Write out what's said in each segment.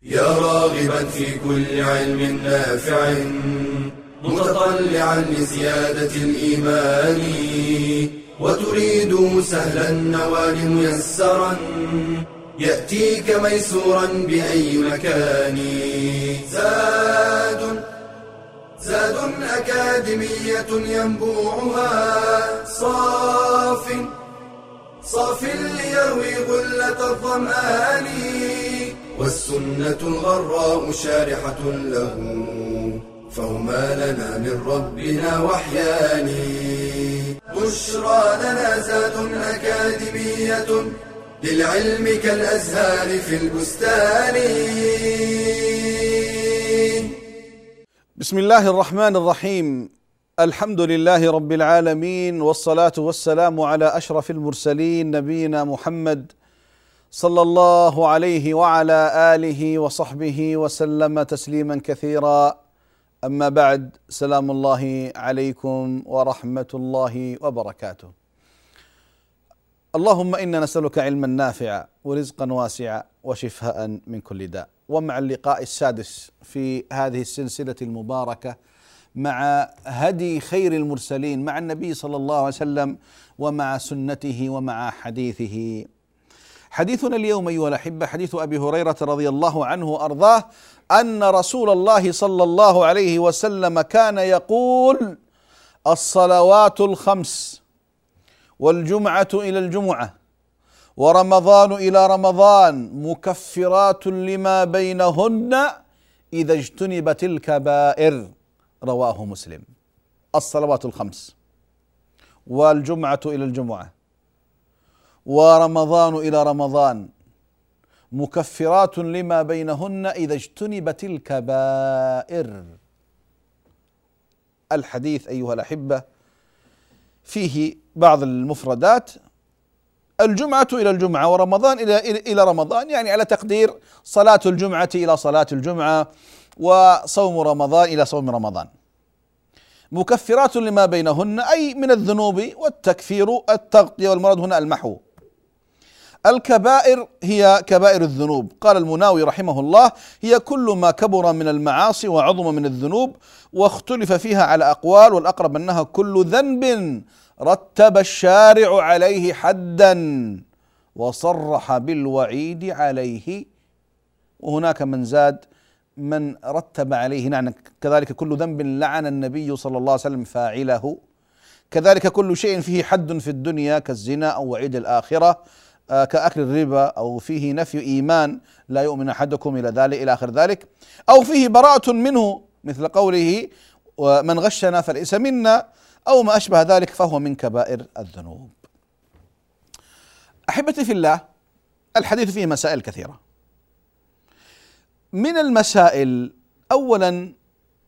يا راغبا في كل علم نافع متطلعا لزيادة الإيمان وتريد سهلا النوال ميسرا يأتيك ميسورا بأي مكان. زاد أكاديمية ينبوعها صاف ليروي غلة الظمآن والسنة الغراء شارحة له فهما لنا من ربنا وحيان. بشرى لنا زاد أكاديمية للعلم كالأزهار في البستان. بسم الله الرحمن الرحيم. الحمد لله رب العالمين، والصلاة والسلام على أشرف المرسلين نبينا محمد صلى الله عليه وعلى آله وصحبه وسلم تسليما كثيرا. أما بعد، سلام الله عليكم ورحمة الله وبركاته. اللهم إنا نسألك علما نافعا ورزقا واسعا وشفاء من كل داء. ومع اللقاء السادس في هذه السلسلة المباركة مع هدي خير المرسلين، مع النبي صلى الله عليه وسلم ومع سنته ومع حديثه. حديثنا اليوم أيها الأحبة حديث أبي هريرة رضي الله عنه وأرضاه أن رسول الله صلى الله عليه وسلم كان يقول: الصلوات الخمس والجمعة إلى الجمعة ورمضان إلى رمضان مكفرات لما بينهن إذا اجتنبت الكبائر. رواه مسلم. الصلوات الخمس والجمعة إلى الجمعة ورمضان إلى رمضان مكفرات لما بينهن إذا اجتنبت الكبائر. الحديث أيها الأحبة فيه بعض المفردات: الجمعة إلى الجمعة ورمضان إلى رمضان، يعني على تقدير صلاة الجمعة إلى صلاة الجمعة وصوم رمضان إلى صوم رمضان. مكفرات لما بينهن أي من الذنوب، والتكفير التغطية، والمراد هنا المحو. الكبائر هي كبائر الذنوب. قال المناوي رحمه الله: هي كل ما كبر من المعاصي وعظم من الذنوب، واختلف فيها على أقوال، والأقرب أنها كل ذنب رتب الشارع عليه حدا وصرح بالوعيد عليه. وهناك من زاد من رتب عليه، يعني كذلك كل ذنب لعن النبي صلى الله عليه وسلم فاعله، كذلك كل شيء فيه حد في الدنيا كالزنا أو وعيد الآخرة، كأكل الربا، أو فيه نفي إيمان لا يؤمن أحدكم إلى ذلك إلى آخر ذلك، أو فيه براءة منه مثل قوله: ومن غشنا فليس منا، أو ما أشبه ذلك، فهو من كبائر الذنوب. أحبتي في الله، الحديث فيه مسائل كثيرة. من المسائل أولا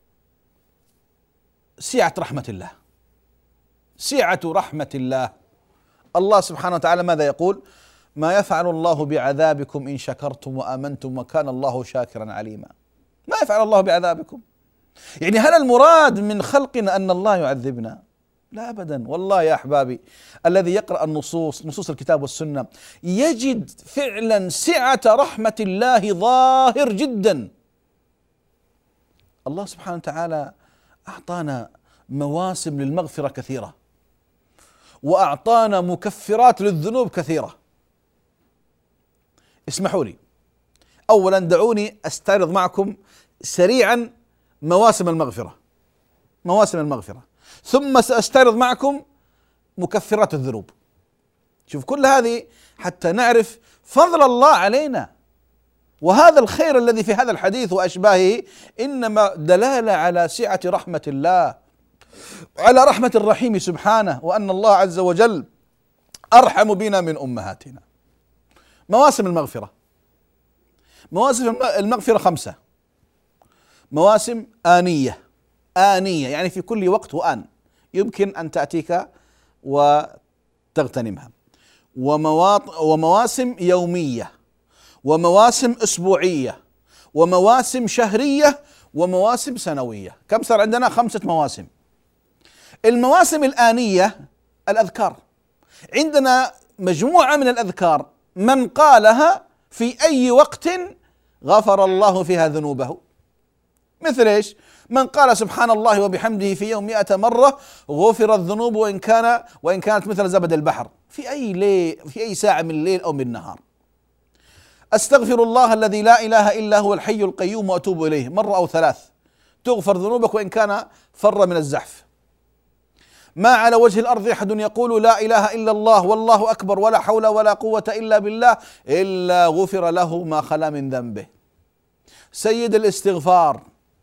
سعة رحمة الله. سعة رحمة الله. الله سبحانه وتعالى ماذا يقول؟ ما يفعل الله بعذابكم إن شكرتم وآمنتم وكان الله شاكرا عليما. ما يفعل الله بعذابكم، يعني هل المراد من خلقنا أن الله يعذبنا؟ لا أبدا. والله يا أحبابي، الذي يقرأ نصوص الكتاب والسنة يجد فعلا سعة رحمة الله ظاهر جدا. الله سبحانه وتعالى أعطانا مواسم للمغفرة كثيرة، وأعطانا مكفرات للذنوب كثيرة. اسمحوا لي أولا دعوني أستعرض معكم سريعا مواسم المغفرة، ثم سأستعرض معكم مكفرات الذنوب. شوف كل هذه حتى نعرف فضل الله علينا، وهذا الخير الذي في هذا الحديث وأشباهه إنما دلالة على سعة رحمة الله، على رحمة الرحيم سبحانه، وأن الله عز وجل أرحم بنا من أمهاتنا. مواسم المغفرة 5 مواسم آنية، يعني في كل وقت وآن يمكن أن تأتيك وتغتنمها، ومواسم يومية، ومواسم أسبوعية، ومواسم شهرية، ومواسم سنوية. كم صار عندنا؟ 5 مواسم. المواسم الآنية الأذكار، عندنا مجموعة من الأذكار من قالها في أي وقت غفر الله فيها ذنوبه. مثل إيش؟ من قال سبحان الله وبحمده في يوم 100 مرة غفرت الذنوب وإن كانت مثل زبد البحر في أي ساعة من الليل أو من النهار. أستغفر الله الذي لا إله إلا هو الحي القيوم وأتوب إليه مرة أو 3 تغفر ذنوبك وإن كان فر من الزحف. ما على وجه الأرض أحد يقول لا إله إلا الله والله أكبر ولا حول ولا قوة إلا بالله إلا غفر له ما خلا من ذنبه. سيد الاستغفار.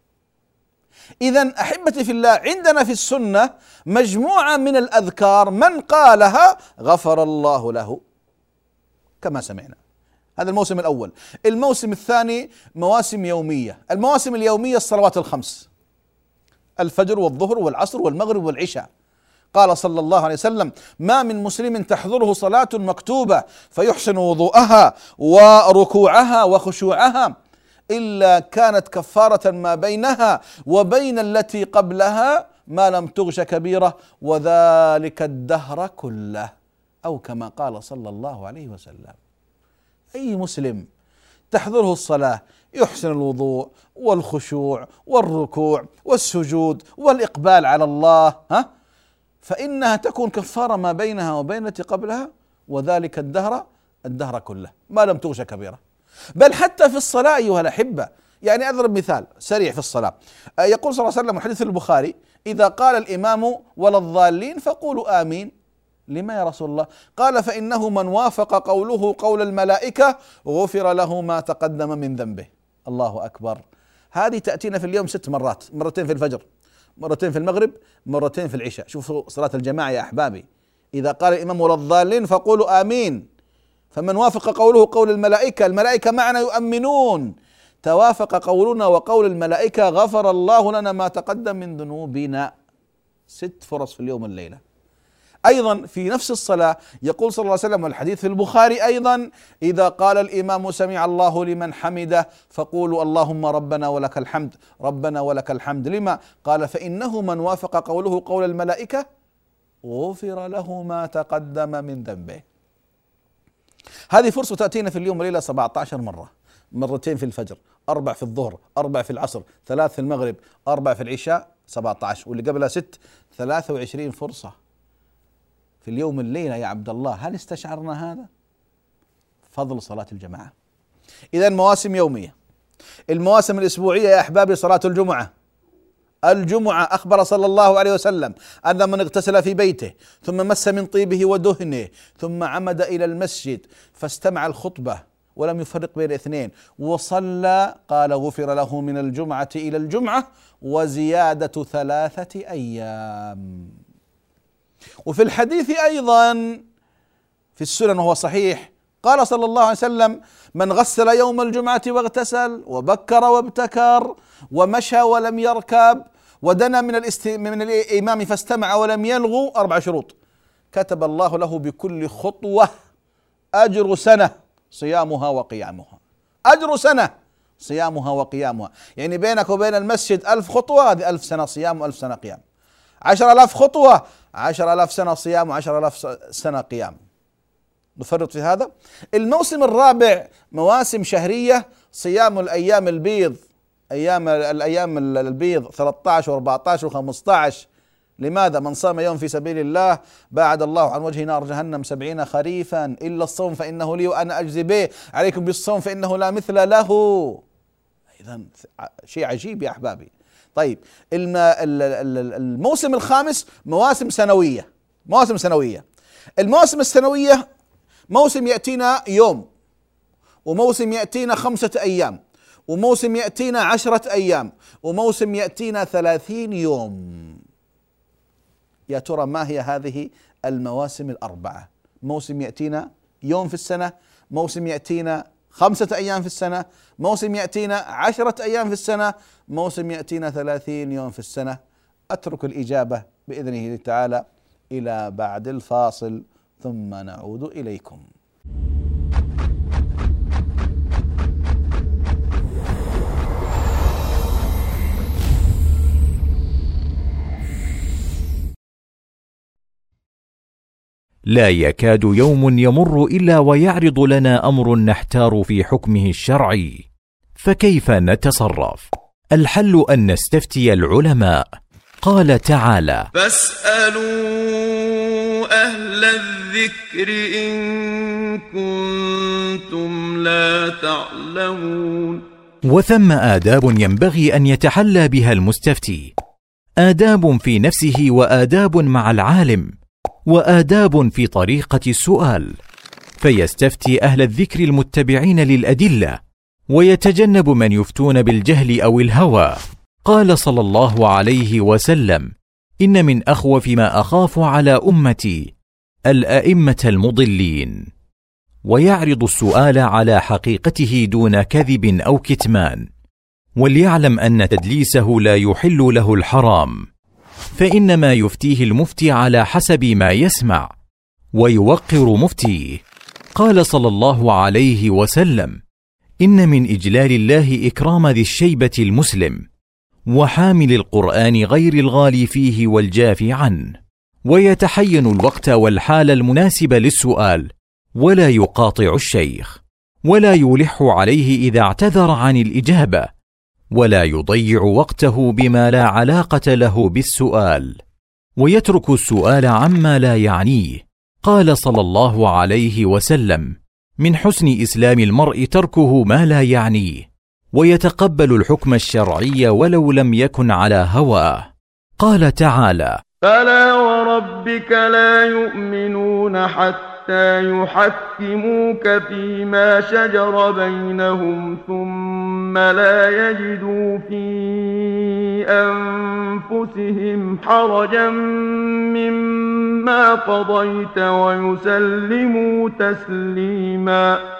إذن أحبتي في الله، عندنا في السنة مجموعة من الأذكار من قالها غفر الله له كما سمعنا. هذا الموسم الأول. الموسم الثاني مواسم يومية. المواسم اليومية الصلوات الخمس، الفجر والظهر والعصر والمغرب والعشاء. قال صلى الله عليه وسلم: ما من مسلم تحضره صلاة مكتوبة فيحسن وضوءها وركوعها وخشوعها إلا كانت كفارة ما بينها وبين التي قبلها ما لم تغش كبيرة وذلك الدهر كله، أو كما قال صلى الله عليه وسلم. أي مسلم تحضره الصلاة يحسن الوضوء والخشوع والركوع والسجود والإقبال على الله، فإنها تكون كفارة ما بينها وبين التي قبلها وذلك الدهر كله ما لم تغش كبيرة. بل حتى في الصلاة أيها الأحبة، يعني أضرب مثال سريع في الصلاة. يقول صلى الله عليه وسلم حديث البخاري: إذا قال الإمام ولا الضالين فقولوا آمين. لما يا رسول الله؟ قال: فإنه من وافق قوله قول الملائكة غفر له ما تقدم من ذنبه. الله أكبر. هذه تأتينا في اليوم 6 مرات، مرتين في الفجر، مرتين في المغرب، مرتين في العشاء. شوفوا صلاة الجماعة يا أحبابي. إذا قال الإمام ولا الضالين فقولوا آمين. فمن وافق قوله قول الملائكة، الملائكة معنا يؤمنون، توافق قولنا وقول الملائكة غفر الله لنا ما تقدم من ذنوبنا. 6 فرص في اليوم والليلة. أيضا في نفس الصلاة يقول صلى الله عليه وسلم، والحديث في البخاري أيضا: إذا قال الإمام سمع الله لمن حمده فقولوا اللهم ربنا ولك الحمد، ربنا ولك الحمد. لما؟ قال: فإنه من وافق قوله قول الملائكة غفر له ما تقدم من ذنبه. هذه فرصة تأتينا في اليوم وليلة 17 مرة، مرتين في الفجر، 4 في الظهر، 4 في العصر، 3 في المغرب، 4 في العشاء، 17، واللي قبلها 6، 23 فرصة في اليوم الليلة يا عبد الله. هل استشعرنا هذا؟ فضل صلاة الجماعة. إذا مواسم يومية. المواسم الأسبوعية يا أحبابي صلاة الجمعة. الجمعة أخبر صلى الله عليه وسلم أن من اغتسل في بيته ثم مس من طيبه ودهنه ثم عمد إلى المسجد فاستمع الخطبة ولم يفرق بين اثنين وصلى قال غفر له من الجمعة إلى الجمعة وزيادة 3 أيام. وفي الحديث أيضا في السنن وهو صحيح قال صلى الله عليه وسلم: من غسل يوم الجمعة واغتسل وبكر وابتكر ومشى ولم يركب ودنا من الإمام فاستمع ولم يلغو، 4 شروط، كتب الله له بكل خطوة أجر سنة صيامها وقيامها. أجر سنة صيامها وقيامها، يعني بينك وبين المسجد 1000 خطوة، هذه 1000 سنة صيام و1000 سنة قيام. 10,000 خطوة 10,000 سنة صيام و10,000 سنة قيام. نفرط في هذا. الموسم الرابع مواسم شهرية، صيام الأيام البيض، الأيام البيض 13 و14 و15. لماذا؟ من صام يوم في سبيل الله باعد الله عن وجه نار جهنم 70 خريفا إلا الصوم فإنه لي وأنا أجزي به، عليكم بالصوم فإنه لا مثل له. إذا شيء عجيب يا أحبابي. طيب الموسم الخامس مواسم سنوية. المواسم السنوية موسم يأتينا يوم، وموسم يأتينا 5 أيام، وموسم يأتينا 10 أيام، وموسم يأتينا 30 يوم. يا ترى ما هي هذه المواسم ال4؟ موسم يأتينا يوم في السنة، موسم يأتينا 5 أيام في السنة، موسم يأتينا 10 أيام في السنة، موسم يأتينا 30 يوم في السنة. أترك الإجابة بإذنه تعالى إلى بعد الفاصل ثم نعود إليكم. لا يكاد يوم يمر إلا ويعرض لنا أمر نحتار في حكمه الشرعي، فكيف نتصرف؟ الحل أن نستفتي العلماء. قال تعالى: فاسألوا أهل الذكر إن كنتم لا تعلمون. وثم آداب ينبغي أن يتحلى بها المستفتي: آداب في نفسه، وآداب مع العالم، وآداب في طريقة السؤال، فيستفتي أهل الذكر المتبعين للأدلة، ويتجنب من يفتون بالجهل أو الهوى. قال صلى الله عليه وسلم: إن من أخوف ما أخاف على أمتي الأئمة المضلين. ويعرض السؤال على حقيقته دون كذب أو كتمان، وليعلم أن تدليسه لا يحل له الحرام، فإنما يفتيه المفتي على حسب ما يسمع، ويوقر مفتيه. قال صلى الله عليه وسلم: إن من إجلال الله إكرام ذي الشيبة المسلم، وحامل القرآن غير الغالي فيه والجافي عنه. ويتحين الوقت والحال المناسب للسؤال، ولا يقاطع الشيخ، ولا يلح عليه إذا اعتذر عن الإجابة، ولا يضيع وقته بما لا علاقة له بالسؤال، ويترك السؤال عما لا يعنيه. قال صلى الله عليه وسلم: من حسن إسلام المرء تركه ما لا يعنيه، ويتقبل الحكم الشرعي ولو لم يكن على هواه. قال تعالى: فلا وربك لا يؤمنون حتى يحكموك فيما شجر بينهم ثم لا يجدوا في أنفسهم حرجا مما قضيت ويسلموا تسليما.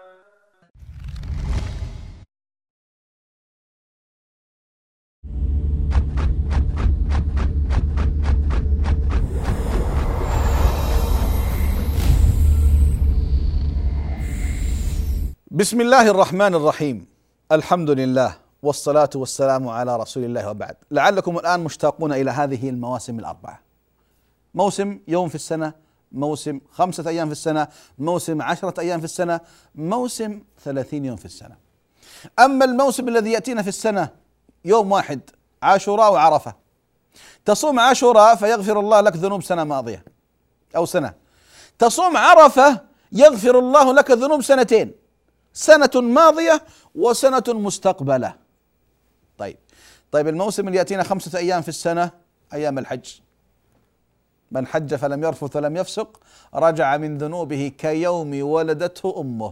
بسم الله الرحمن الرحيم. الحمد لله والصلاة والسلام على رسول الله، وبعد. لعلكم الآن مشتاقون إلى هذه المواسم الأربعة: موسم يوم في السنة، موسم 5 أيام في السنة، موسم 10 أيام في السنة، موسم 30 يوم في السنة. أما الموسم الذي يأتينا في السنة يوم واحد، عاشوراء وعرفة. تصوم عاشوراء فيغفر الله لك ذنوب سنة ماضية أو سنة، تصوم عرفة يغفر الله لك ذنوب سنتين، سنة ماضية وسنة مستقبلة. طيب الموسم اللي يأتينا 5 أيام في السنة أيام الحج: من حج فلم يرفث ولم يفسق رجع من ذنوبه كيوم ولدته أمه.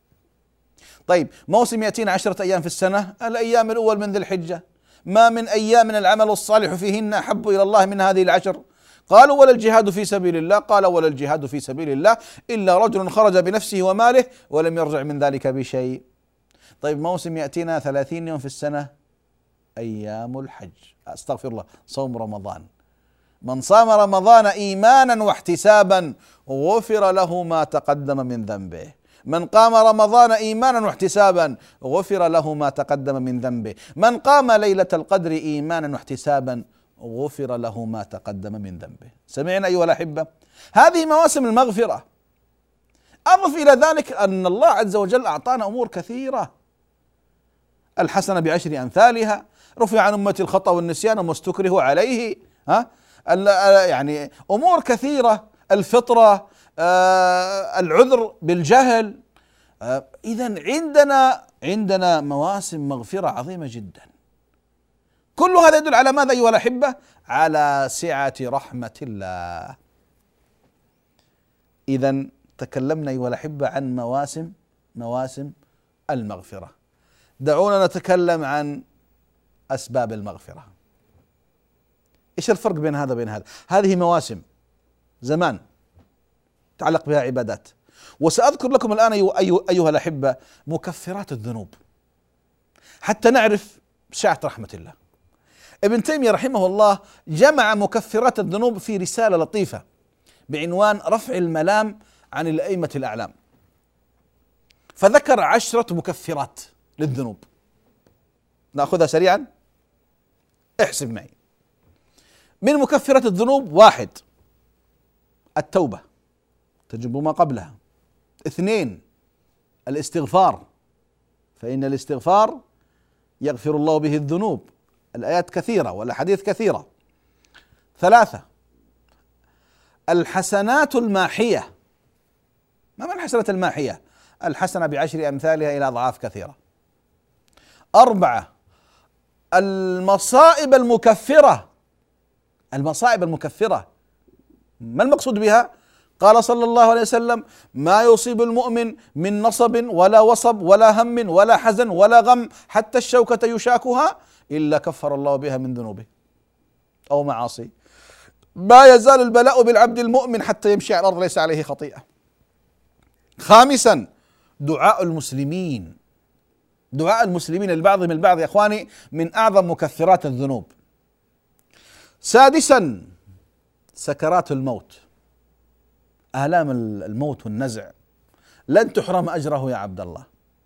طيب موسم يأتينا 10 أيام في السنة، الأيام الأول من ذي الحجة: ما من أيام العمل الصالح فيهن أحب إلى الله من هذه العشر. قالوا: ولا الجهاد في سبيل الله؟ قال: ولا الجهاد في سبيل الله إلا رجل خرج بنفسه وماله ولم يرجع من ذلك بشيء. طيب موسم يأتينا 30 يوم في السنة أيام الحج، أستغفر الله، صوم رمضان: من صام رمضان إيمانا واحتسابا غفر له ما تقدم من ذنبه. من قام رمضان إيمانا واحتسابا غفر له ما تقدم من ذنبه. من قام ليلة القدر إيمانا واحتسابا غفر له ما تقدم من ذنبه. سمعنا أيها الأحبة؟ هذه مواسم المغفرة. أضف إلى ذلك أن الله عز وجل أعطانا أمور كثيرة: الحسنة ب10 أمثالها، رفع عن أمتي الخطأ والنسيان وما استكرهوا عليه، يعني أمور كثيرة، الفطرة، العذر بالجهل. إذن عندنا مواسم مغفرة عظيمة جدا. كل هذا يدل على ماذا أيها الأحبة؟ على سعة رحمة الله. إذن تكلمنا أيها الأحبة عن مواسم المغفرة. دعونا نتكلم عن أسباب المغفرة. إيش الفرق بين هذا وبين هذا؟ هذه مواسم زمان تعلق بها عبادات، وسأذكر لكم الآن أيها الأحبة مكفرات الذنوب حتى نعرف سعة رحمة الله. ابن تيمية رحمه الله جمع مكفرات الذنوب في رسالة لطيفة بعنوان رفع الملام عن الأئمة الأعلام، فذكر 10 مكفرات للذنوب. نأخذها سريعا، احسب معي. من مكفرات الذنوب: 1 التوبة تجب ما قبلها. 2 الاستغفار فإن الاستغفار يغفر الله به الذنوب. الآيات كثيرة والأحاديث كثيرة. 3 الحسنات الماحية. ما معنى الحسنات الماحية؟ الحسنة ب10 أمثالها إلى أضعاف كثيرة. 4 المصائب المكفرة. المصائب المكفرة ما المقصود بها؟ قال صلى الله عليه وسلم: ما يصيب المؤمن من نصب ولا وصب ولا هم ولا حزن ولا غم حتى الشوكة يشاكها إلا كفر الله بها من ذنوبه أو معاصيه. ما يزال البلاء بالعبد المؤمن حتى يمشي على الأرض ليس عليه خطيئة. 5 دعاء المسلمين. دعاء المسلمين لبعضهم البعض يا إخواني من أعظم مكفرات الذنوب. 6 سكرات الموت، آلام الموت والنزع لن تحرم أجره يا عبد الله.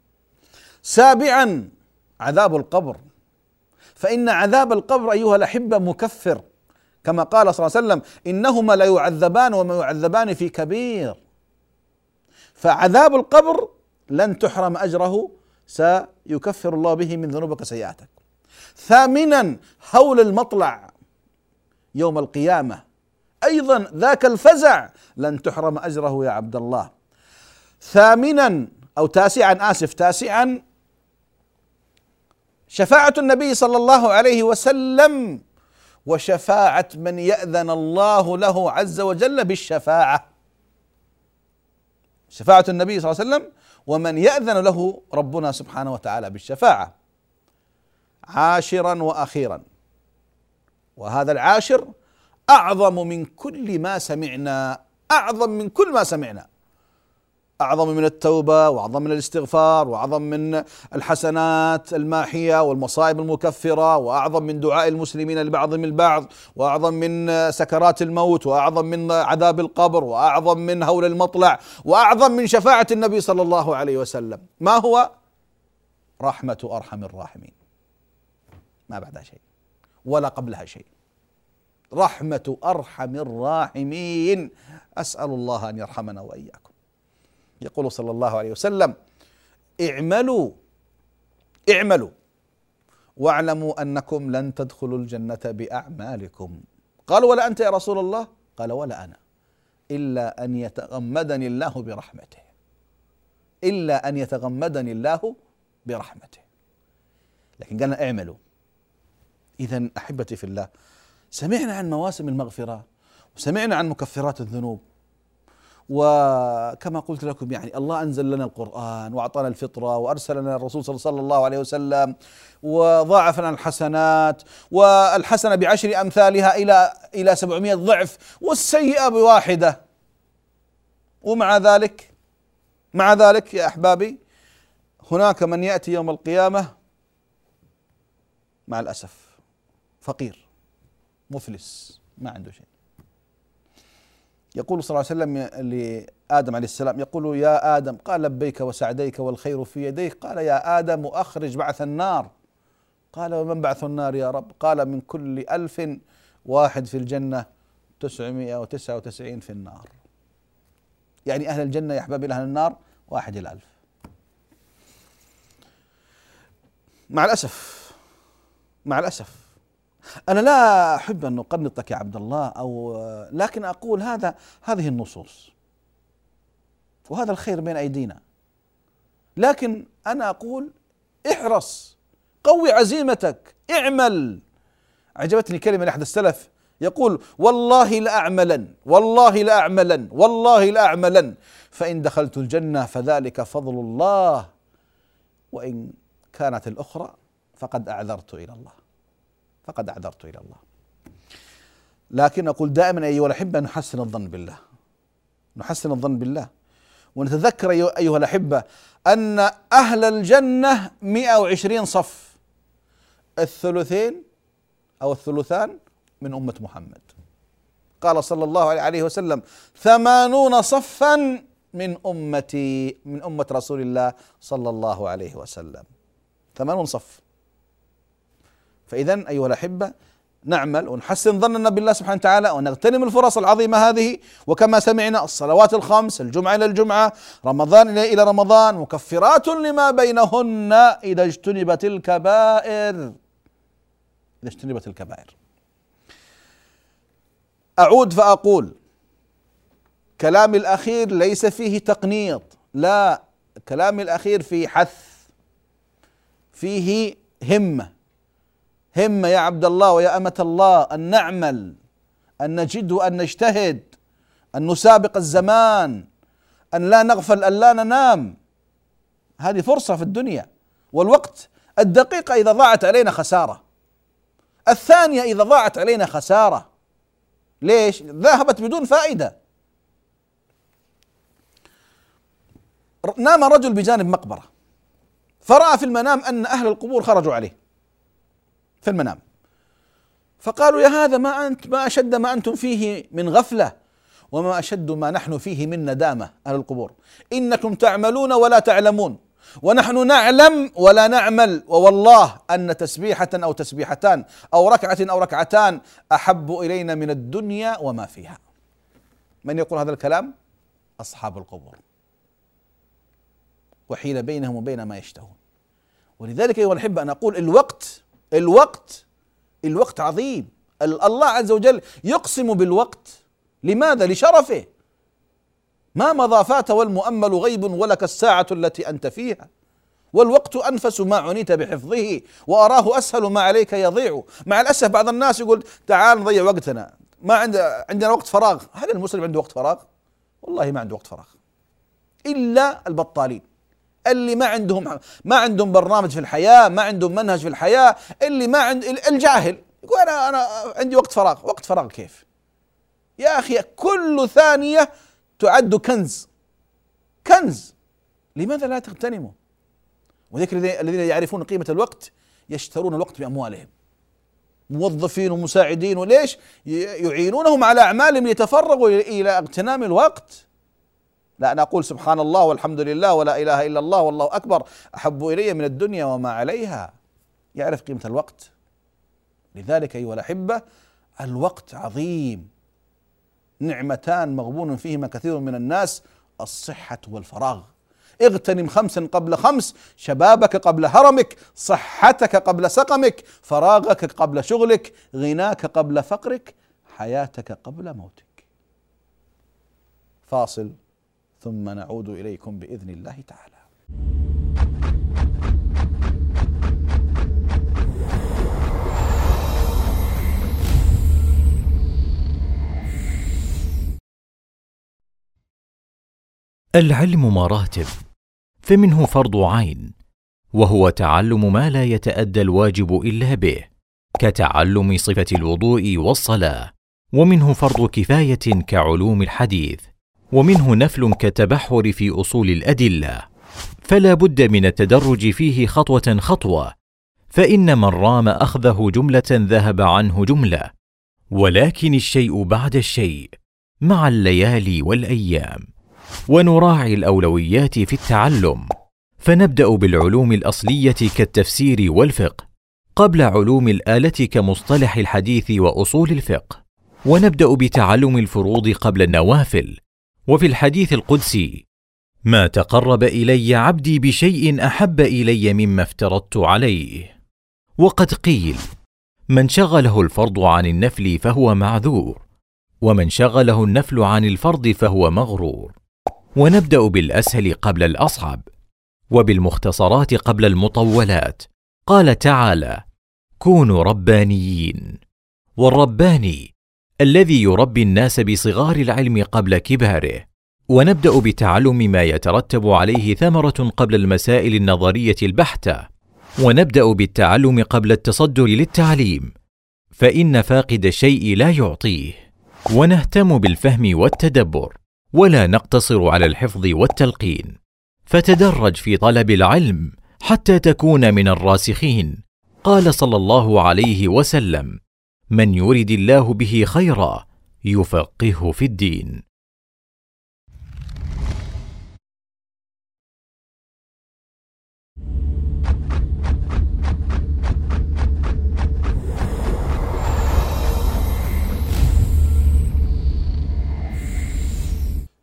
7 عذاب القبر، فإن عذاب القبر أيها الأحبة مكفر، كما قال صلى الله عليه وسلم: إنهما لا يعذبان وما يعذبان في كبير. فعذاب القبر لن تحرم أجره، سيكفر الله به من ذنوبك وسيئاتك. 8 هول المطلع يوم القيامة، أيضا ذاك الفزع لن تحرم أجره يا عبد الله. 9 شفاعة النبي صلى الله عليه وسلم وشفاعة من يأذن الله له عز وجل بالشفاعة. شفاعة النبي صلى الله عليه وسلم ومن يأذن له ربنا سبحانه وتعالى بالشفاعة. 10 وأخيرا، وهذا العاشر أعظم من كل ما سمعنا، أعظم من كل ما سمعنا، أعظم من التوبة وأعظم من الاستغفار وأعظم من الحسنات الماحية والمصائب المكفرة وأعظم من دعاء المسلمين لبعضهم البعض وأعظم من سكرات الموت وأعظم من عذاب القبر وأعظم من هول المطلع وأعظم من شفاعة النبي صلى الله عليه وسلم. ما هو؟ رحمة أرحم الراحمين، ما بعدها شيء ولا قبلها شيء. رحمة أرحم الراحمين، أسأل الله أن يرحمنا وإياكم. يقول صلى الله عليه وسلم: اعملوا واعلموا أنكم لن تدخلوا الجنة بأعمالكم. قالوا: ولا أنت يا رسول الله؟ قال: ولا أنا، إلا أن يتغمدني الله برحمته، إلا أن يتغمدني الله برحمته. لكن قالنا اعملوا. إذن أحبتي في الله، سمعنا عن مواسم المغفرة وسمعنا عن مكفرات الذنوب، وكما قلت لكم يعني الله أنزل لنا القرآن وأعطانا الفطرة وأرسل لنا الرسول صلى الله عليه وسلم وضاعف لنا الحسنات، والحسنة ب10 أمثالها إلى 700 ضعف، والسيئة ب1. ومع ذلك يا أحبابي هناك من يأتي يوم القيامة مع الأسف فقير مفلس ما عنده شيء. يقول صلى الله عليه وسلم لآدم عليه السلام، يقول: يا آدم، قال: لبيك وسعديك والخير في يديك. قال: يا آدم أخرج بعث النار. قال: ومن بعث النار يا رب؟ قال: من كل 1000 واحد في الجنة 999 في النار. يعني أهل الجنة يا أحبابي أهل النار 1 إلى 1000. مع الأسف أنا لا أحب أن أقنطك يا عبد الله لكن أقول هذه النصوص وهذا الخير بين أيدينا، لكن أنا أقول احرص، قوي عزيمتك، اعمل. عجبتني كلمة لأحد السلف يقول: والله لأعملن فإن دخلت الجنة فذلك فضل الله، وإن كانت الأخرى فقد أعذرت إلى الله. لكن أقول دائما أيها الأحبة نحسن الظن بالله، ونتذكر أيها الأحبة أن أهل الجنة 120 صف، الثلثين أو الثلثان من أمة محمد. قال صلى الله عليه وسلم: 80 صفا من أمتي، من أمة رسول الله صلى الله عليه وسلم، 80 صف. فإذن أيها الأحبة نعمل ونحسن ظننا بالله سبحانه وتعالى ونغتنم الفرص العظيمة هذه. وكما سمعنا الصلوات الخمس، الجمعة إلى الجمعة، رمضان إلى رمضان، مكفرات لما بينهن إذا اجتنبت الكبائر. إذا اجتنبت الكبائر. أعود فأقول كلامي الأخير ليس فيه تقنيط، لا، كلامي الأخير فيه حث، فيه همة يا عبد الله ويا أمة الله، أن نعمل، أن نجد وأن نجتهد، أن نسابق الزمان، أن لا نغفل، أن لا ننام. هذه فرصة في الدنيا، والوقت الدقيقة إذا ضاعت علينا خسارة، الثانية إذا ضاعت علينا خسارة. ليش؟ ذهبت بدون فائدة. نام رجل بجانب مقبرة فرأى في المنام أن أهل القبور خرجوا عليه في المنام، فقالوا يا هذا ما أشد ما أنتم فيه من غفلة، وما أشد ما نحن فيه من ندامة. أهل القبور إنكم تعملون ولا تعلمون، ونحن نعلم ولا نعمل، ووالله أن تسبيحة أو تسبيحتان أو ركعة أو ركعتان أحب إلينا من الدنيا وما فيها. من يقول هذا الكلام؟ أصحاب القبور، وحيل بينهم وبين ما يشتهون. ولذلك أيها الأحبة أنا أقول الوقت عظيم. الله عز وجل يقسم بالوقت. لماذا؟ لشرفه. ما مضى فات والمؤمل غيب ولك الساعة التي أنت فيها، والوقت أنفس ما عنيت بحفظه، وأراه أسهل ما عليك يضيع. مع الأسف بعض الناس يقول تعال نضيع وقتنا، ما عندنا وقت فراغ. هل المسلم عنده وقت فراغ؟ والله ما عنده وقت فراغ، إلا البطالين اللي ما عندهم برنامج في الحياة، ما عندهم منهج في الحياة، اللي ما عند الجاهل يقول أنا عندي وقت فراغ. وقت فراغ كيف يا أخي؟ كل ثانية تعد كنز. لماذا لا تغتنمه؟ وذلك الذين يعرفون قيمة الوقت يشترون الوقت بأموالهم، موظفين ومساعدين، وليش؟ يعينونهم على أعمالهم ليتفرغوا إلى اغتنام الوقت. لا، أنا أقول سبحان الله والحمد لله ولا إله إلا الله والله أكبر أحب إلي من الدنيا وما عليها. يعرف قيمة الوقت. لذلك أيها الأحبة الوقت عظيم، نعمتان مغبون فيهما كثير من الناس، الصحة والفراغ. اغتنم 5 قبل 5، شبابك قبل هرمك، صحتك قبل سقمك، فراغك قبل شغلك، غناك قبل فقرك، حياتك قبل موتك. فاصل ثم نعود إليكم بإذن الله تعالى. العلم مراتب، فمنه فرض عين وهو تعلم ما لا يتأدى الواجب إلا به، كتعلم صفة الوضوء والصلاة، ومنه فرض كفاية كعلوم الحديث، ومنه نفل كالتبحر في أصول الأدلة. فلا بد من التدرج فيه خطوة خطوة، فإن من رام أخذه جملة ذهب عنه جملة، ولكن الشيء بعد الشيء مع الليالي والأيام. ونراعي الأولويات في التعلم، فنبدأ بالعلوم الأصلية كالتفسير والفقه قبل علوم الآلة كمصطلح الحديث وأصول الفقه، ونبدأ بتعلم الفروض قبل النوافل. وفي الحديث القدسي: ما تقرب إلي عبدي بشيء أحب إلي مما افترضت عليه. وقد قيل: من شغله الفرض عن النفل فهو معذور، ومن شغله النفل عن الفرض فهو مغرور. ونبدأ بالأسهل قبل الأصعب، وبالمختصرات قبل المطولات. قال تعالى: كونوا ربانيين. والرباني الذي يربي الناس بصغار العلم قبل كباره. ونبدأ بتعلم ما يترتب عليه ثمرة قبل المسائل النظرية البحتة. ونبدأ بالتعلم قبل التصدر للتعليم، فإن فاقد الشيء لا يعطيه. ونهتم بالفهم والتدبر، ولا نقتصر على الحفظ والتلقين. فتدرج في طلب العلم حتى تكون من الراسخين. قال صلى الله عليه وسلم: من يرد الله به خيرا يفقهه في الدين.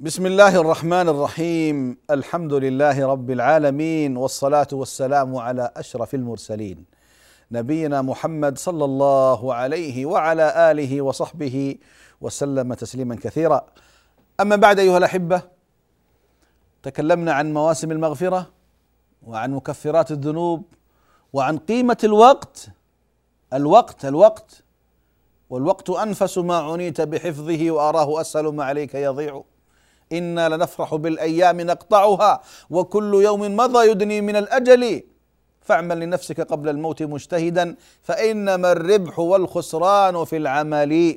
بسم الله الرحمن الرحيم، الحمد لله رب العالمين، والصلاة والسلام على أشرف المرسلين نبينا محمد صلى الله عليه وعلى آله وصحبه وسلم تسليما كثيرا. أما بعد أيها الأحبة، تكلمنا عن مواسم المغفرة وعن مكفرات الذنوب وعن قيمة الوقت والوقت أنفس ما عنيت بحفظه وأراه أسهل ما عليك يضيع. إنا لنفرح بالأيام نقطعها وكل يوم مضى يدني من الأجل، فاعمل لنفسك قبل الموت مجتهدا فإنما الربح والخسران في العمل.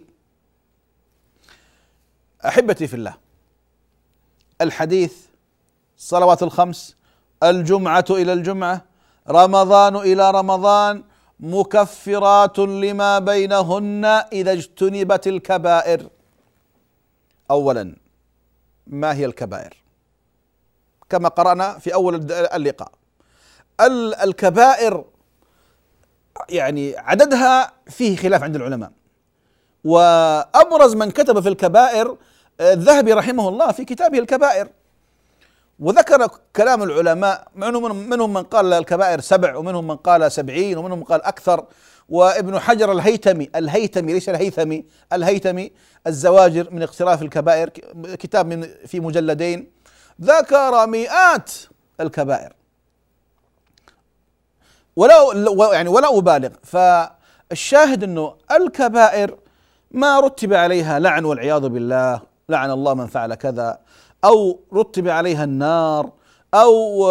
أحبتي في الله، الحديث الصلوات الخمس، الجمعة إلى الجمعة، رمضان إلى رمضان، مكفرات لما بينهن إذا اجتنبت الكبائر. أولا، ما هي الكبائر؟ كما قرأنا في أول اللقاء، الكبائر يعني عددها فيه خلاف عند العلماء، وأبرز من كتب في الكبائر الذهبي رحمه الله في كتابه الكبائر، وذكر كلام العلماء، منهم من قال الكبائر 7، ومنهم من قال 70، ومنهم من قال أكثر. وابن حجر الهيثمي ليس الهيثمي الزواجر من اقتراف الكبائر، كتاب في مجلدين، ذكر مئات الكبائر، ولا أبالغ. فالشاهد أنه الكبائر ما رتب عليها لعن والعياذ بالله، لعن الله من فعل كذا، أو رتب عليها النار، أو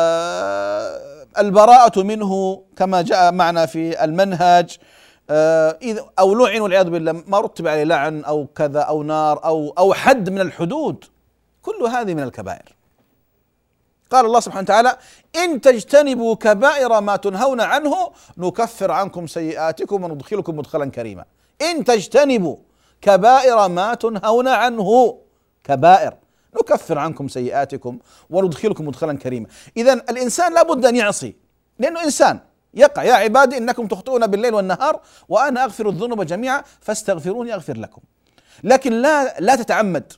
البراءة منه كما جاء معنا في المنهج، أو لعن والعياذ بالله، ما رتب عليه لعن أو كذا أو نار أو حد من الحدود، كل هذه من الكبائر. قال الله سبحانه وتعالى: إن تجتنبوا كبائر ما تنهون عنه نكفر عنكم سيئاتكم وندخلكم مدخلا كريما. إن تجتنبوا كبائر ما تنهون عنه، كبائر، نكفر عنكم سيئاتكم وندخلكم مدخلا كريما. إذن الإنسان لا بد أن يعصي، لأنه إنسان يقع. يا عبادي إنكم تخطئون بالليل والنهار وأنا أغفر الذنوب جميعا فاستغفروني أغفر لكم. لكن لا تتعمد،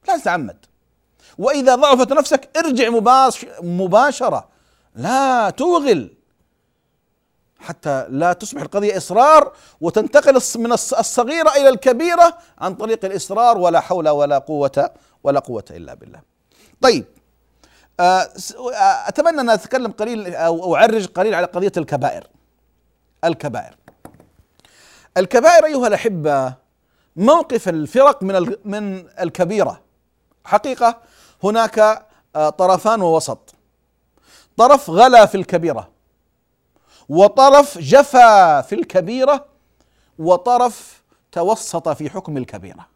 وإذا ضعفت نفسك ارجع مباشرة، لا توغل حتى لا تصبح القضية إصرار وتنتقل من الصغيرة إلى الكبيرة عن طريق الإصرار، ولا حول ولا قوة إلا بالله. طيب، أتمنى أن أتكلم قليل أو أعرج قليل على قضية الكبائر أيها الأحبة. موقف الفرق من الكبيرة، حقيقة هناك طرفان ووسط، طرف غلا في الكبيرة، وطرف جفا في الكبيرة، وطرف توسط في حكم الكبيرة.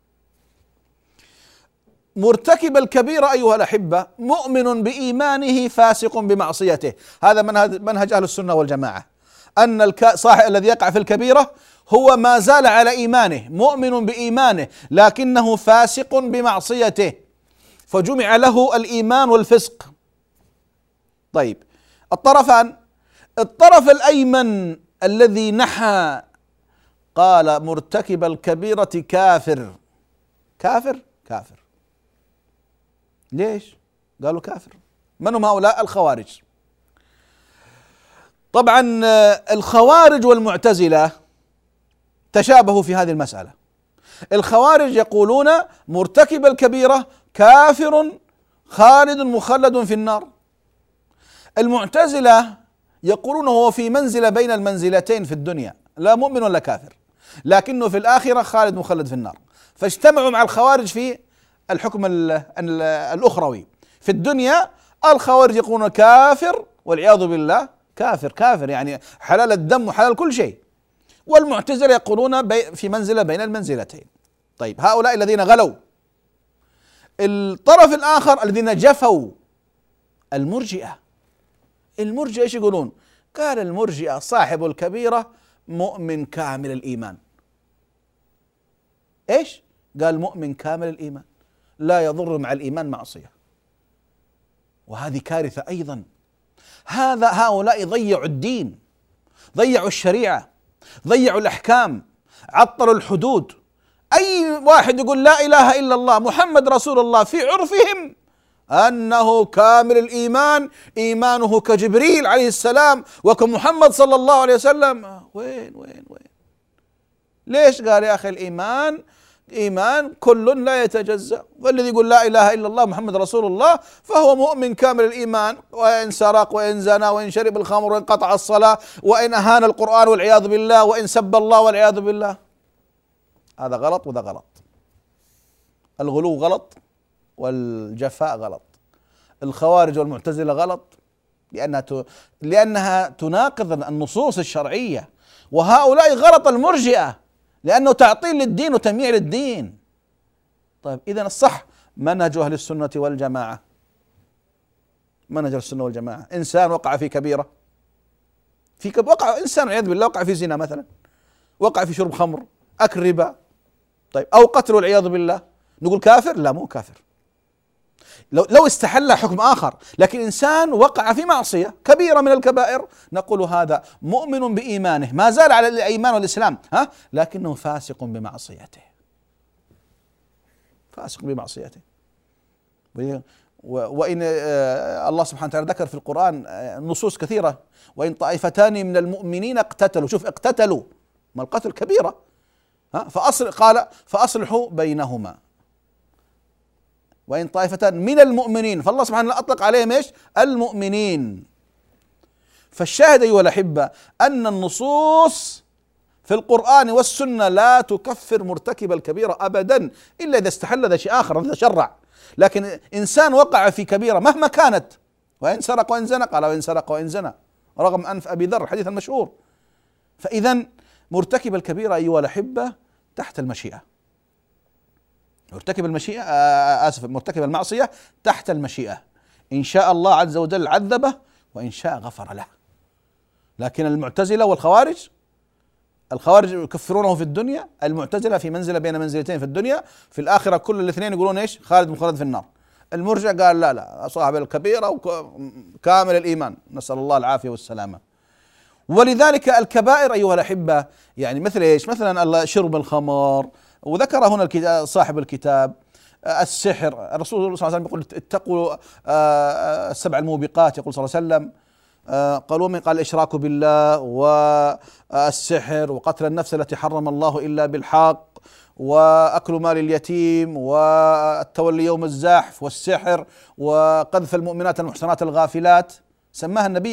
مرتكب الكبيرة أيها الأحبة مؤمن بإيمانه فاسق بمعصيته، هذا منهج أهل السنة والجماعة، أن صاحب الذي يقع في الكبيرة هو ما زال على إيمانه، مؤمن بإيمانه، لكنه فاسق بمعصيته، فجمع له الإيمان والفسق. طيب، الطرفان، الطرف الأيمن الذي نحى قال مرتكب الكبيرة كافر. ليش قالوا كافر؟ من هم هؤلاء؟ الخوارج. طبعا الخوارج والمعتزلة تشابهوا في هذه المسألة. الخوارج يقولون مرتكب الكبيرة كافر خالد مخلد في النار. المعتزلة يقولون هو في منزلة بين المنزلتين في الدنيا، لا مؤمن ولا كافر، لكنه في الآخرة خالد مخلد في النار. فاجتمعوا مع الخوارج في الحكم الأخروي. في الدنيا الخوارج يقولون كافر والعياذ بالله، كافر يعني حلال الدم وحلال كل شيء، والمعتزلة يقولون في منزلة بين المنزلتين. طيب، هؤلاء الذين غلوا. الطرف الآخر الذين جفوا، المرجئة ايش يقولون؟ قال المرجئة صاحب الكبيرة مؤمن كامل الإيمان. ايش؟ قال مؤمن كامل الإيمان، لا يضر مع الإيمان معصية. وهذه كارثة أيضا. هؤلاء ضيعوا الدين، ضيعوا الشريعة، ضيعوا الأحكام، عطلوا الحدود. أي واحد يقول لا إله إلا الله محمد رسول الله في عرفهم أنه كامل الإيمان، إيمانه كجبريل عليه السلام وكمحمد صلى الله عليه وسلم. وين ليش؟ قال يا أخي الإيمان إيمان كل لا يتجزأ، والذي يقول لا إله إلا الله محمد رسول الله فهو مؤمن كامل الإيمان، وإن سرق وإن زنى وإن شرب الخمر وإن قطع الصلاة وإن أهان القرآن والعياذ بالله وإن سب الله والعياذ بالله. هذا غلط وذا غلط. الغلو غلط والجفاء غلط. الخوارج والمعتزلة غلط لأنها تناقض النصوص الشرعية، وهؤلاء غلط المرجئة لأنه تعطيل للدين وتمييع للدين. طيب إذن الصح منهج أهل السنة والجماعة، منهج السنة والجماعة. إنسان وقع في كبيرة، وقع إنسان والعياذ بالله وقع في زنا مثلا، وقع في شرب خمر، أكل ربا، طيب أو قتل والعياذ بالله، نقول كافر؟ لا مو كافر، لو استحل حكم آخر، لكن إنسان وقع في معصية كبيرة من الكبائر نقول هذا مؤمن بإيمانه ما زال على الإيمان والإسلام لكنه فاسق بمعصيته، فاسق بمعصيته. وإن الله سبحانه وتعالى ذكر في القرآن نصوص كثيرة، وإن طائفتان من المؤمنين اقتتلوا، شوف اقتتلوا، ما القتل كبيرة، قال فأصلحوا بينهما. وإن طائفتان من المؤمنين، فالله سبحانه وتعالى أطلق عليهم إيش؟ المؤمنين. فالشاهد أيها الأحبة أن النصوص في القرآن والسنة لا تكفر مرتكب الكبيرة أبدا إلا إذا استحل ذا شيء آخر، إذا شرع. لكن إنسان وقع في كبيرة مهما كانت، وإن سرق وإن زنى، قال وإن سرق وإن زنى رغم أنف أبي ذر الحديث المشهور. فإذا مرتكب الكبيرة أيها الأحبة تحت المشيئة، مرتكب المعصية تحت المشيئة، إن شاء الله عز وجل عذبه وإن شاء غفر له. لكن المعتزلة والخوارج، الخوارج يكفرونه في الدنيا، المعتزلة في منزلة بين منزلتين في الدنيا، في الآخرة كل الاثنين يقولون إيش؟ خالد مخلد في النار. المرجع قال لا صاحب الكبيرة وكامل الإيمان، نسأل الله العافية والسلامة. ولذلك الكبائر أيها الأحبة يعني مثل إيش؟ مثلا شرب الخمر، وذكر هنا صاحب الكتاب السحر. الرسول صلى الله عليه وسلم يقول اتقوا السبع الموبقات، يقول صلى الله عليه وسلم. قالوا من قال الإشراك بالله والسحر وقتل النفس التي حرم الله إلا بالحق وأكل مال اليتيم والتولي يوم الزاحف والسحر وقذف المؤمنات المحصنات الغافلات، سماها النبي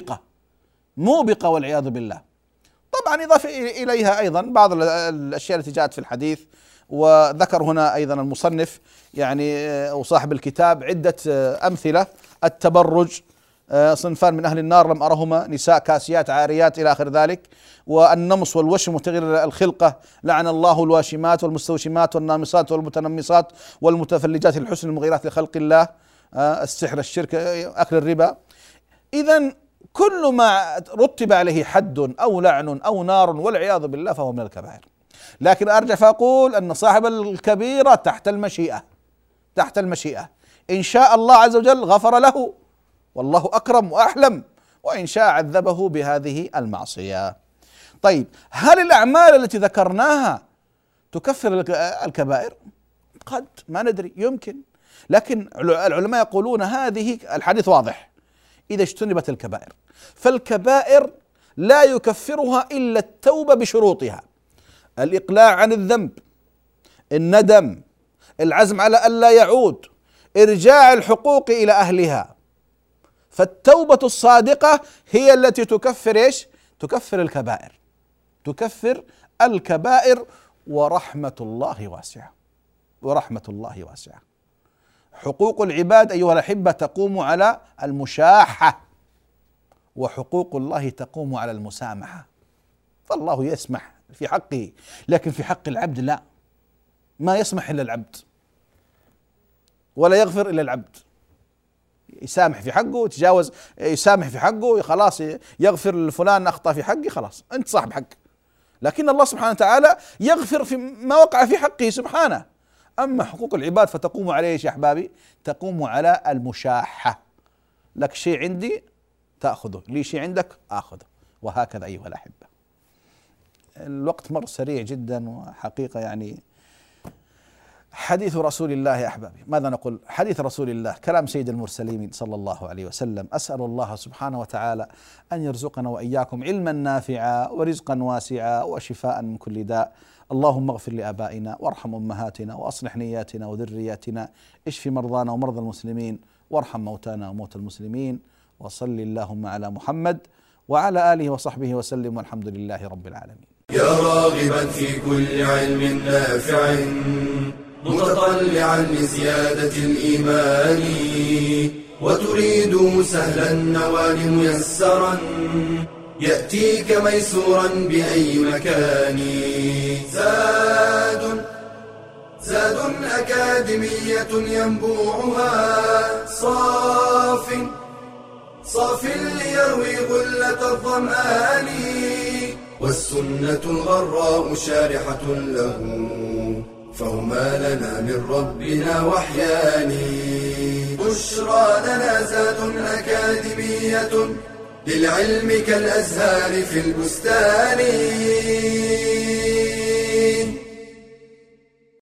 موبقة والعياذ بالله. طبعا إضافة إليها أيضا بعض الأشياء التي جاءت في الحديث، وذكر هنا أيضا المصنف يعني وصاحب الكتاب عدة أمثلة. التبرج، صنفان من أهل النار لم أرهما، نساء كاسيات عاريات إلى آخر ذلك. والنمص والوشم وتغيير الخلقة، لعن الله الواشمات والمستوشمات والنامصات والمتنمصات والمتفلجات للحسن المغيرات لخلق الله. السحر، الشرك، أكل الربا. إذن كل ما رتب عليه حد أو لعن أو نار والعياذ بالله فهو من الكبائر. لكن أرجع فأقول أن صاحب الكبيرة تحت المشيئة، إن شاء الله عز وجل غفر له والله أكرم وأحلم، وإن شاء عذبه بهذه المعصية. طيب هل الأعمال التي ذكرناها تكفر الكبائر؟ قد ما ندري، يمكن، لكن العلماء يقولون هذه الحديث واضح إذا اجتنبت الكبائر، فالكبائر لا يكفرها إلا التوبة بشروطها: الإقلاع عن الذنب، الندم، العزم على ألا يعود، إرجاع الحقوق إلى أهلها. فالتوبة الصادقة هي التي تكفر إيش؟ تكفر الكبائر. ورحمة الله واسعة. حقوق العباد أيها الأحبة تقوم على المشاحة، وحقوق الله تقوم على المسامحة. فالله يسمح في حقه، لكن في حق العبد لا، ما يسمح إلا العبد ولا يغفر إلا العبد. يسامح في حقه، يتجاوز، يسامح في حقه، خلاص يغفر لفلان أخطأ في حقي، خلاص أنت صاحب حق. لكن الله سبحانه وتعالى يغفر في ما وقع في حقه سبحانه. أما حقوق العباد فتقوم على ايش يا أحبابي؟ تقوم على المشاحة. لك شيء عندي تأخذه، لي شيء عندك آخذه، وهكذا أيها الأحبة. الوقت مر سريع جدا، وحقيقة يعني حديث رسول الله يا أحبابي، ماذا نقول؟ حديث رسول الله كلام سيد المرسلين صلى الله عليه وسلم. أسأل الله سبحانه وتعالى أن يرزقنا وإياكم علما نافعا ورزقا واسعا وشفاء من كل داء. اللهم اغفر لآبائنا وارحم أمهاتنا وأصلح نياتنا وذرياتنا، اشف مرضانا ومرضى المسلمين وارحم موتانا وموتى المسلمين، وصل اللهم على محمد وعلى آله وصحبه وسلم، والحمد لله رب العالمين. يا راغبا في كل علم نافع متطلعا لزيادة الإيمان، وتريد سهلا النوال ميسرا يأتيك ميسورا بأي مكان. زاد أكاديمية ينبوعها صاف ليروي غلة الظمآن، والسنة الغراء شارحة له، فهما لنا من ربنا وحيان. بشرى لنا زاد أكاديمية للعلم كالأزهار في البستان.